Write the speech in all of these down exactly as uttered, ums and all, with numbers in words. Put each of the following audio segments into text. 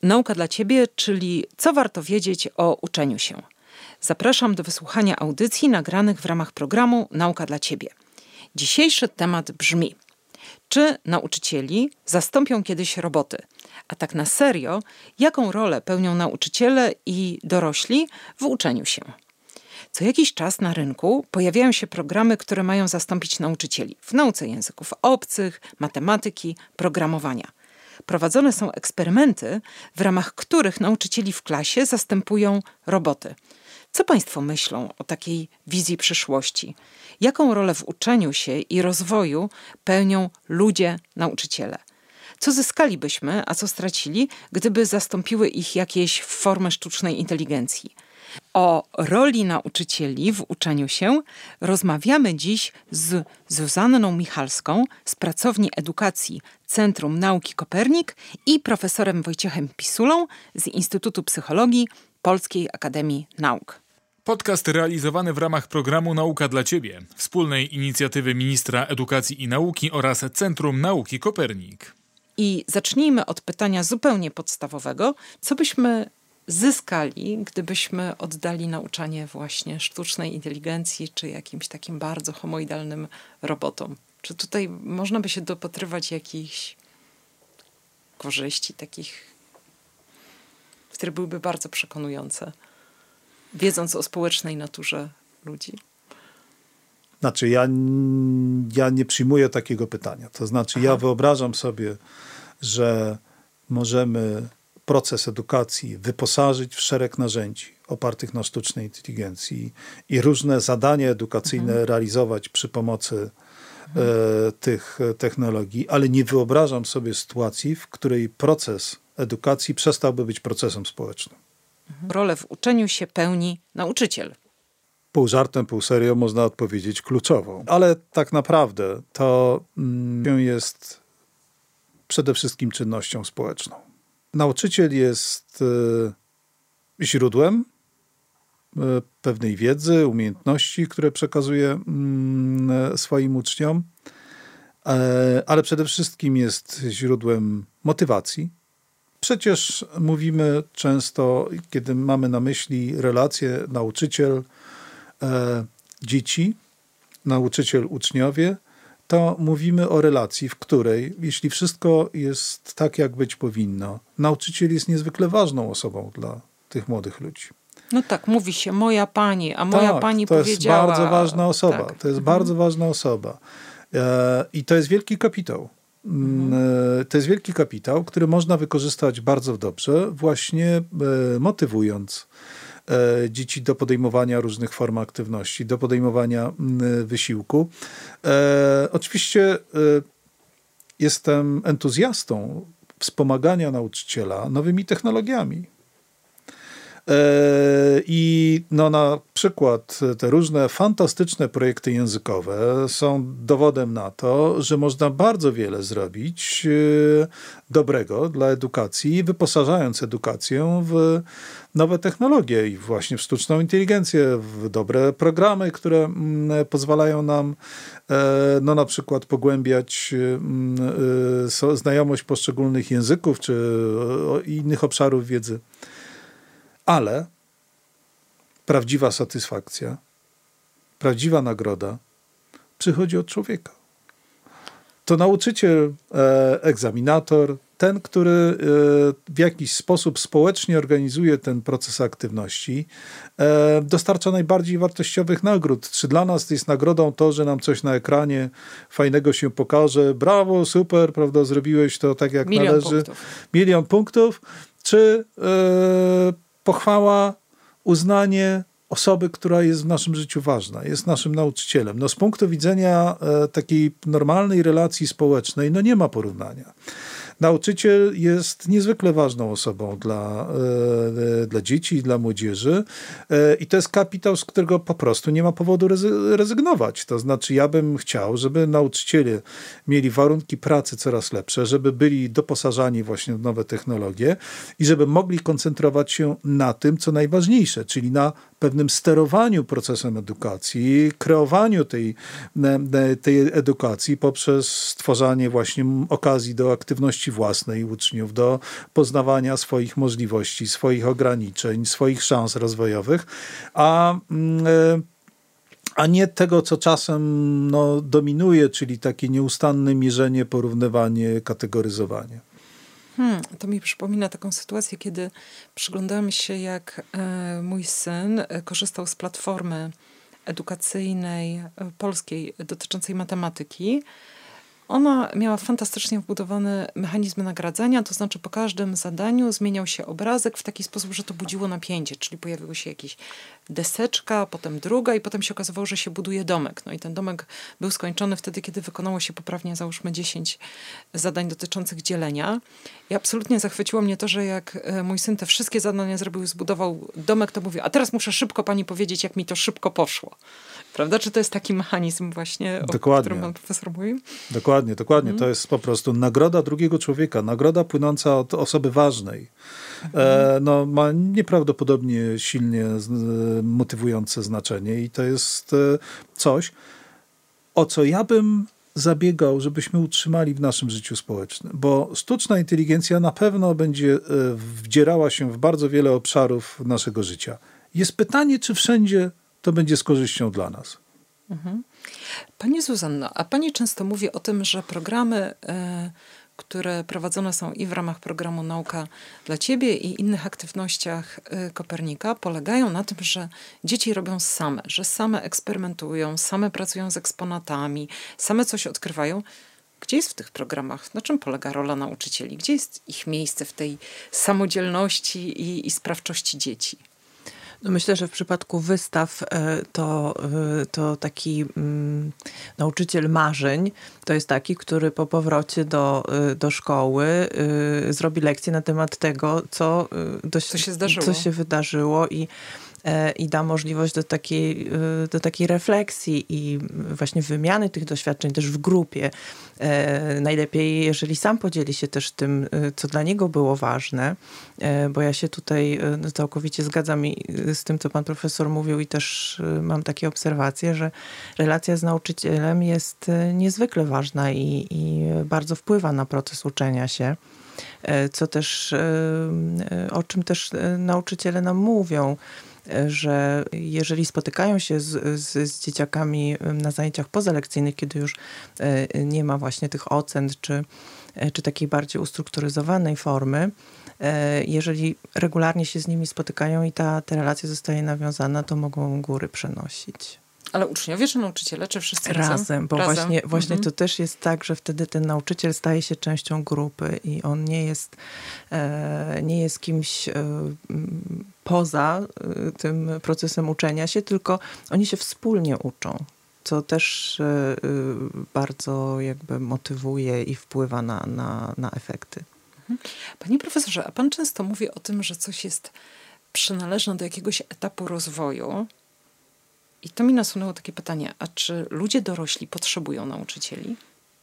Nauka dla Ciebie, czyli co warto wiedzieć o uczeniu się. Zapraszam do wysłuchania audycji nagranych w ramach programu Nauka dla Ciebie. Dzisiejszy temat brzmi: czy nauczycieli zastąpią kiedyś roboty? A tak na serio, jaką rolę pełnią nauczyciele i dorośli w uczeniu się? Co jakiś czas na rynku pojawiają się programy, które mają zastąpić nauczycieli w nauce języków obcych, matematyki, programowania. Prowadzone są eksperymenty, w ramach których nauczycieli w klasie zastępują roboty. Co Państwo myślą o takiej wizji przyszłości? Jaką rolę w uczeniu się i rozwoju pełnią ludzie, nauczyciele? Co zyskalibyśmy, a co stracili, gdyby zastąpiły ich jakieś formy sztucznej inteligencji? O roli nauczycieli w uczeniu się rozmawiamy dziś z Zuzanną Michalską z Pracowni Edukacji Centrum Nauki Kopernik i profesorem Wojciechem Pisulą z Instytutu Psychologii Polskiej Akademii Nauk. Podcast realizowany w ramach programu Nauka dla Ciebie, wspólnej inicjatywy Ministra Edukacji i Nauki oraz Centrum Nauki Kopernik. I zacznijmy od pytania zupełnie podstawowego. Co byśmy zyskali, gdybyśmy oddali nauczanie właśnie sztucznej inteligencji czy jakimś takim bardzo homoidalnym robotom? Czy tutaj można by się dopatrywać jakichś korzyści takich, które byłyby bardzo przekonujące, wiedząc o społecznej naturze ludzi? Znaczy, ja, ja nie przyjmuję takiego pytania. To znaczy, Aha. ja wyobrażam sobie, że możemy proces edukacji wyposażyć w szereg narzędzi opartych na sztucznej inteligencji i różne zadania edukacyjne mhm. realizować przy pomocy mhm. e, tych technologii, ale nie wyobrażam sobie sytuacji, w której proces edukacji przestałby być procesem społecznym. Mhm. Rolę w uczeniu się pełni nauczyciel. Pół żartem, pół serio można odpowiedzieć kluczową. Ale tak naprawdę to mm, jest przede wszystkim czynnością społeczną. Nauczyciel jest y, źródłem y, pewnej wiedzy, umiejętności, które przekazuje y, swoim uczniom, y, ale przede wszystkim jest źródłem motywacji. Przecież mówimy często, kiedy mamy na myśli relacje nauczyciel, y, dzieci, nauczyciel-uczniowie, to mówimy o relacji, w której, jeśli wszystko jest tak, jak być powinno, nauczyciel jest niezwykle ważną osobą dla tych młodych ludzi. No tak, mówi się moja pani, a moja tak, pani to powiedziała... to jest bardzo ważna osoba. Tak. To jest mhm. bardzo ważna osoba. E, I to jest wielki kapitał. Mhm. E, to jest wielki kapitał, który można wykorzystać bardzo dobrze, właśnie e, motywując dzieci do podejmowania różnych form aktywności, do podejmowania wysiłku. E, oczywiście e, jestem entuzjastą wspomagania nauczyciela nowymi technologiami. E, I no, na przykład te różne fantastyczne projekty językowe są dowodem na to, że można bardzo wiele zrobić e, dobrego dla edukacji, wyposażając edukację w nowe technologie i właśnie w sztuczną inteligencję, w dobre programy, które mm, pozwalają nam e, no, na przykład pogłębiać e, so, znajomość poszczególnych języków czy o, innych obszarów wiedzy. Ale prawdziwa satysfakcja, prawdziwa nagroda przychodzi od człowieka. To nauczyciel, e, egzaminator, ten, który e, w jakiś sposób społecznie organizuje ten proces aktywności, e, dostarcza najbardziej wartościowych nagród. Czy dla nas jest nagrodą to, że nam coś na ekranie fajnego się pokaże, brawo, super, prawda, zrobiłeś to tak jak Milion należy. Punktów. Milion punktów. Czy e, pochwała, uznanie osoby, która jest w naszym życiu ważna, jest naszym nauczycielem. No z punktu widzenia e, takiej normalnej relacji społecznej, no nie ma porównania. Nauczyciel jest niezwykle ważną osobą dla, e, dla dzieci, dla młodzieży e, i to jest kapitał, z którego po prostu nie ma powodu rezy- rezygnować. To znaczy ja bym chciał, żeby nauczyciele mieli warunki pracy coraz lepsze, żeby byli doposażani właśnie w nowe technologie i żeby mogli koncentrować się na tym, co najważniejsze, czyli na pewnym sterowaniu procesem edukacji, kreowaniu tej, tej edukacji poprzez stwarzanie właśnie okazji do aktywności wartości własnej uczniów, do poznawania swoich możliwości, swoich ograniczeń, swoich szans rozwojowych, a a nie tego, co czasem no, dominuje, czyli takie nieustanne mierzenie, porównywanie, kategoryzowanie. Hmm, to mi przypomina taką sytuację, kiedy przyglądałam się, jak e, mój syn e, korzystał z platformy edukacyjnej e, polskiej dotyczącej matematyki. Ona miała fantastycznie wbudowane mechanizmy nagradzania, to znaczy po każdym zadaniu zmieniał się obrazek w taki sposób, że to budziło napięcie, czyli pojawiła się jakaś deseczka, potem druga i potem się okazywało, że się buduje domek. No i ten domek był skończony wtedy, kiedy wykonało się poprawnie, załóżmy, dziesięć zadań dotyczących dzielenia. I absolutnie zachwyciło mnie to, że jak mój syn te wszystkie zadania zrobił, zbudował domek, to mówił, a teraz muszę szybko pani powiedzieć, jak mi to szybko poszło. Prawda? Czy to jest taki mechanizm właśnie, dokładnie. O którym pan profesor mówił? Dokładnie, dokładnie. Mm. To jest po prostu nagroda drugiego człowieka, nagroda płynąca od osoby ważnej. Mm. E, no, ma nieprawdopodobnie silnie z, motywujące znaczenie i to jest e, coś, o co ja bym zabiegał, żebyśmy utrzymali w naszym życiu społecznym. Bo sztuczna inteligencja na pewno będzie e, wdzierała się w bardzo wiele obszarów naszego życia. Jest pytanie, czy wszędzie to będzie z korzyścią dla nas. Mhm. Pani Zuzanno, a pani często mówi o tym, że programy, y, które prowadzone są i w ramach programu Nauka dla Ciebie i innych aktywnościach y, Kopernika polegają na tym, że dzieci robią same, że same eksperymentują, same pracują z eksponatami, same coś odkrywają. Gdzie jest w tych programach? Na czym polega rola nauczycieli? Gdzie jest ich miejsce w tej samodzielności i, i sprawczości dzieci? No myślę, że w przypadku wystaw to, to taki um, nauczyciel marzeń to jest taki, który po powrocie do, do szkoły y, zrobi lekcję na temat tego, co, do, co się zdarzyło. Co się wydarzyło i i da możliwość do takiej, do takiej refleksji i właśnie wymiany tych doświadczeń też w grupie. Najlepiej, jeżeli sam podzieli się też tym, co dla niego było ważne, bo ja się tutaj całkowicie zgadzam z tym, co pan profesor mówił i też mam takie obserwacje, że relacja z nauczycielem jest niezwykle ważna i, i bardzo wpływa na proces uczenia się. Co też, o czym też nauczyciele nam mówią, że jeżeli spotykają się z, z, z dzieciakami na zajęciach pozalekcyjnych, kiedy już nie ma właśnie tych ocen, czy, czy takiej bardziej ustrukturyzowanej formy, jeżeli regularnie się z nimi spotykają i ta, ta relacja zostaje nawiązana, to mogą góry przenosić. Ale uczniowie czy nauczyciele, czy wszyscy razem? Razem, bo razem. właśnie, właśnie mhm. to też jest tak, że wtedy ten nauczyciel staje się częścią grupy i on nie jest, e, nie jest kimś e, poza e, tym procesem uczenia się, tylko oni się wspólnie uczą, co też e, bardzo jakby motywuje i wpływa na, na, na efekty. Mhm. Panie profesorze, a pan często mówi o tym, że coś jest przynależne do jakiegoś etapu rozwoju. I to mi nasunęło takie pytanie, a czy ludzie dorośli potrzebują nauczycieli?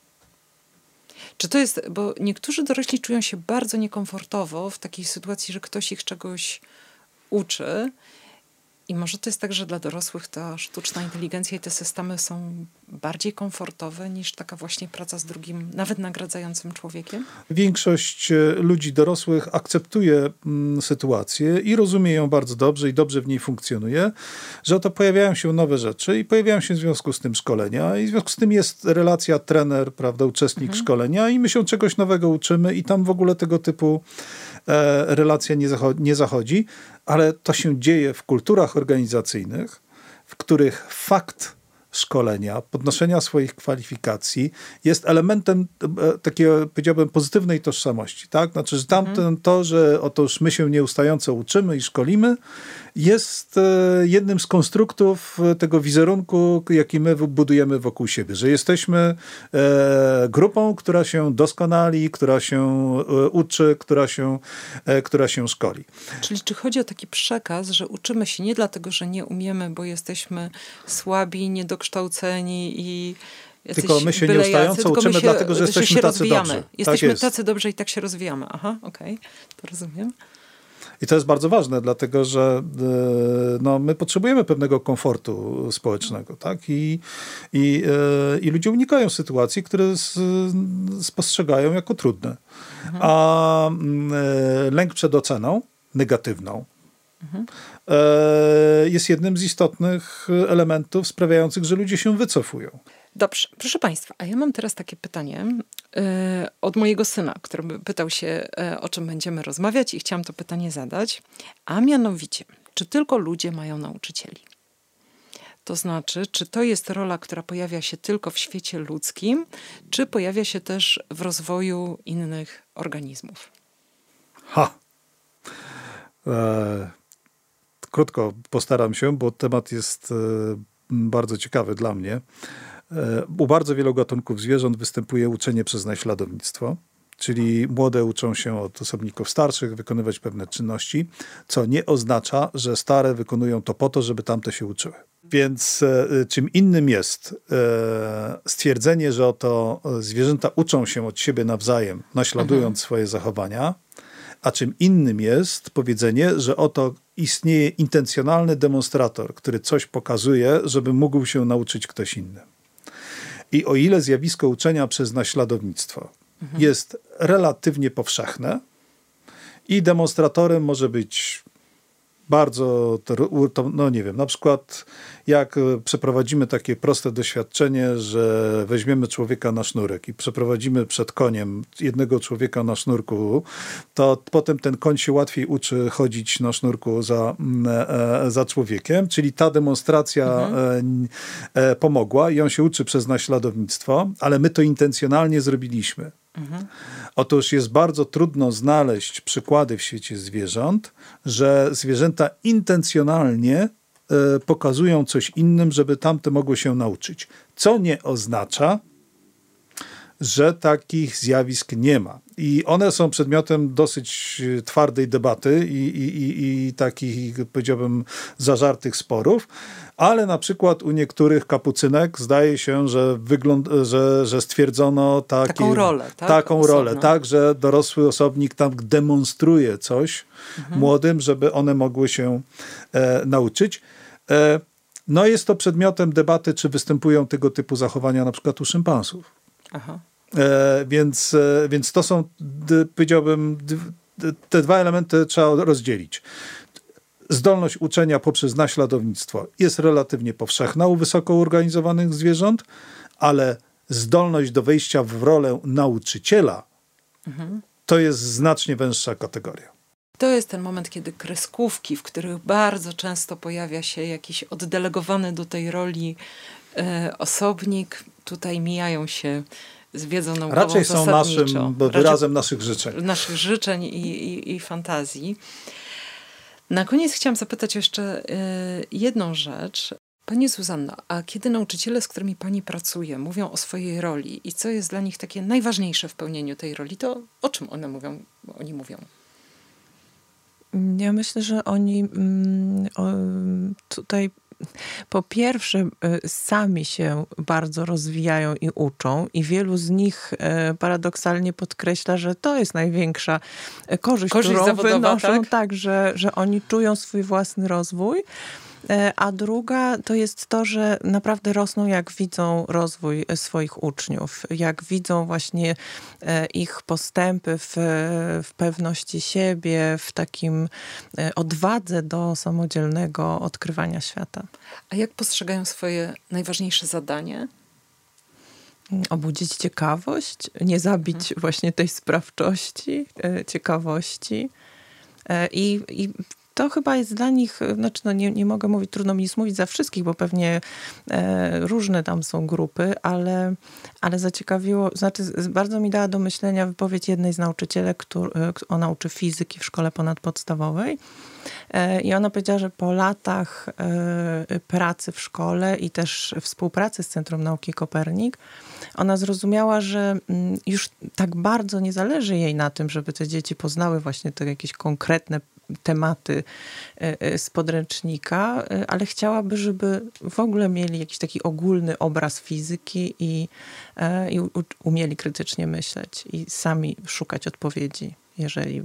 Czy to jest, bo niektórzy dorośli czują się bardzo niekomfortowo w takiej sytuacji, że ktoś ich czegoś uczy i może to jest tak, że dla dorosłych ta sztuczna inteligencja i te systemy są bardziej komfortowe niż taka właśnie praca z drugim, nawet nagradzającym człowiekiem? Większość ludzi dorosłych akceptuje mm, sytuację i rozumie ją bardzo dobrze i dobrze w niej funkcjonuje, że oto pojawiają się nowe rzeczy i pojawiają się w związku z tym szkolenia i w związku z tym jest relacja trener, prawda, uczestnik mhm. szkolenia i my się czegoś nowego uczymy i tam w ogóle tego typu e, relacja nie zachodzi, nie zachodzi, ale to się dzieje w kulturach organizacyjnych, w których fakt szkolenia, podnoszenia swoich kwalifikacji jest elementem e, takiego, powiedziałbym, pozytywnej tożsamości. Tak? Znaczy, że tamten mhm. to, że otóż my się nieustająco uczymy i szkolimy, jest e, jednym z konstruktów tego wizerunku, jaki my budujemy wokół siebie. Że jesteśmy e, grupą, która się doskonali, która się e, uczy, która się, e, która się szkoli. Czyli czy chodzi o taki przekaz, że uczymy się nie dlatego, że nie umiemy, bo jesteśmy słabi, niedokształceni i tylko my się nieustająco uczymy, się, dlatego, że jesteśmy się tacy rozwijamy. dobrzy. Jesteśmy tak jest. tacy dobrzy i tak się rozwijamy. Aha, okej, okay, to rozumiem. I to jest bardzo ważne, dlatego że no, my potrzebujemy pewnego komfortu społecznego, tak? I, i, i ludzie unikają sytuacji, które spostrzegają jako trudne. Mhm. A lęk przed oceną negatywną mhm. jest jednym z istotnych elementów sprawiających, że ludzie się wycofują. Dobrze, proszę Państwa, a ja mam teraz takie pytanie yy, od mojego syna, który pytał się, yy, o czym będziemy rozmawiać i chciałam to pytanie zadać, a mianowicie, czy tylko ludzie mają nauczycieli? To znaczy, czy to jest rola, która pojawia się tylko w świecie ludzkim, czy pojawia się też w rozwoju innych organizmów? Ha! E, krótko postaram się, bo temat jest e, bardzo ciekawy dla mnie. U bardzo wielu gatunków zwierząt występuje uczenie przez naśladownictwo, czyli młode uczą się od osobników starszych wykonywać pewne czynności, co nie oznacza, że stare wykonują to po to, żeby tamte się uczyły. Więc e, czym innym jest e, stwierdzenie, że oto zwierzęta uczą się od siebie nawzajem, naśladując mhm. swoje zachowania, a czym innym jest powiedzenie, że oto istnieje intencjonalny demonstrator, który coś pokazuje, żeby mógł się nauczyć ktoś inny. I o ile zjawisko uczenia przez naśladownictwo mhm. jest relatywnie powszechne i demonstratorem może być bardzo, no nie wiem, na przykład jak przeprowadzimy takie proste doświadczenie, że weźmiemy człowieka na sznurek i przeprowadzimy przed koniem jednego człowieka na sznurku, to potem ten koń się łatwiej uczy chodzić na sznurku za, za człowiekiem, czyli ta demonstracja mhm. pomogła i on się uczy przez naśladownictwo, ale my to intencjonalnie zrobiliśmy. Mhm. Otóż jest bardzo trudno znaleźć przykłady w świecie zwierząt, że zwierzęta intencjonalnie e, pokazują coś innym, żeby tamte mogły się nauczyć. Co nie oznacza, że takich zjawisk nie ma. I one są przedmiotem dosyć twardej debaty i, i, i, i takich, powiedziałbym, zażartych sporów, ale na przykład u niektórych kapucynek zdaje się, że, wygląd- że, że stwierdzono taki, taką rolę, tak? taką rolę, tak, że dorosły osobnik tam demonstruje coś mhm. młodym, żeby one mogły się e, nauczyć. E, no jest to przedmiotem debaty, czy występują tego typu zachowania na przykład u szympansów. Aha. E, więc, e, więc to są, d, powiedziałbym, d, d, te dwa elementy trzeba rozdzielić. Zdolność uczenia poprzez naśladownictwo jest relatywnie powszechna u wysoko uorganizowanych zwierząt, ale zdolność do wejścia w rolę nauczyciela mhm. to jest znacznie węższa kategoria. To jest ten moment, kiedy kreskówki, w których bardzo często pojawia się jakiś oddelegowany do tej roli e, osobnik, tutaj mijają się z wiedzą naukową Raczej są naszym wyrazem Raczej naszych życzeń. Naszych życzeń i, i, i fantazji. Na koniec chciałam zapytać jeszcze y, jedną rzecz. Pani Zuzanno, a kiedy nauczyciele, z którymi pani pracuje, mówią o swojej roli i co jest dla nich takie najważniejsze w pełnieniu tej roli, to o czym one mówią? Oni mówią? Ja myślę, że oni mm, o, tutaj po pierwsze sami się bardzo rozwijają i uczą i wielu z nich paradoksalnie podkreśla, że to jest największa korzyść, korzyść którą zawodowa, wynoszą, tak, tak że, że oni czują swój własny rozwój. A druga to jest to, że naprawdę rosną, jak widzą rozwój swoich uczniów, jak widzą właśnie ich postępy w, w pewności siebie, w takim odwadze do samodzielnego odkrywania świata. A jak postrzegają swoje najważniejsze zadanie? Obudzić ciekawość, nie zabić hmm. właśnie tej sprawczości, ciekawości i, i to chyba jest dla nich, znaczy no nie, nie mogę mówić, trudno mi jest mówić za wszystkich, bo pewnie e, różne tam są grupy, ale, ale zaciekawiło, znaczy bardzo mi dała do myślenia wypowiedź jednej z nauczycielek, który, ona uczy fizyki w szkole ponadpodstawowej e, i ona powiedziała, że po latach e, pracy w szkole i też współpracy z Centrum Nauki Kopernik, ona zrozumiała, że już tak bardzo nie zależy jej na tym, żeby te dzieci poznały właśnie te jakieś konkretne tematy z podręcznika, ale chciałaby, żeby w ogóle mieli jakiś taki ogólny obraz fizyki i, i umieli krytycznie myśleć i sami szukać odpowiedzi, jeżeli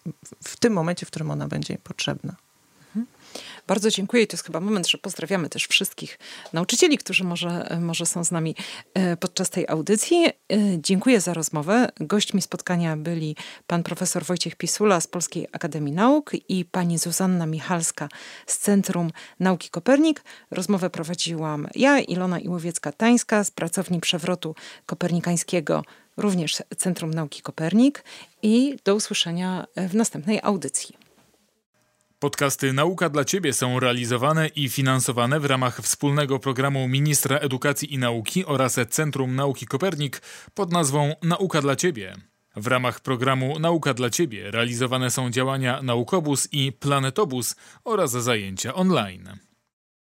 w tym momencie, w którym ona będzie potrzebna. Bardzo dziękuję i to jest chyba moment, że pozdrawiamy też wszystkich nauczycieli, którzy może, może są z nami podczas tej audycji. Dziękuję za rozmowę. Gośćmi spotkania byli pan profesor Wojciech Pisula z Polskiej Akademii Nauk i pani Zuzanna Michalska z Centrum Nauki Kopernik. Rozmowę prowadziłam ja, Ilona Iłowiecka-Tańska z pracowni Przewrotu Kopernikańskiego, również Centrum Nauki Kopernik, i do usłyszenia w następnej audycji. Podcasty Nauka dla Ciebie są realizowane i finansowane w ramach wspólnego programu Ministra Edukacji i Nauki oraz Centrum Nauki Kopernik pod nazwą Nauka dla Ciebie. W ramach programu Nauka dla Ciebie realizowane są działania Naukobus i Planetobus oraz zajęcia online.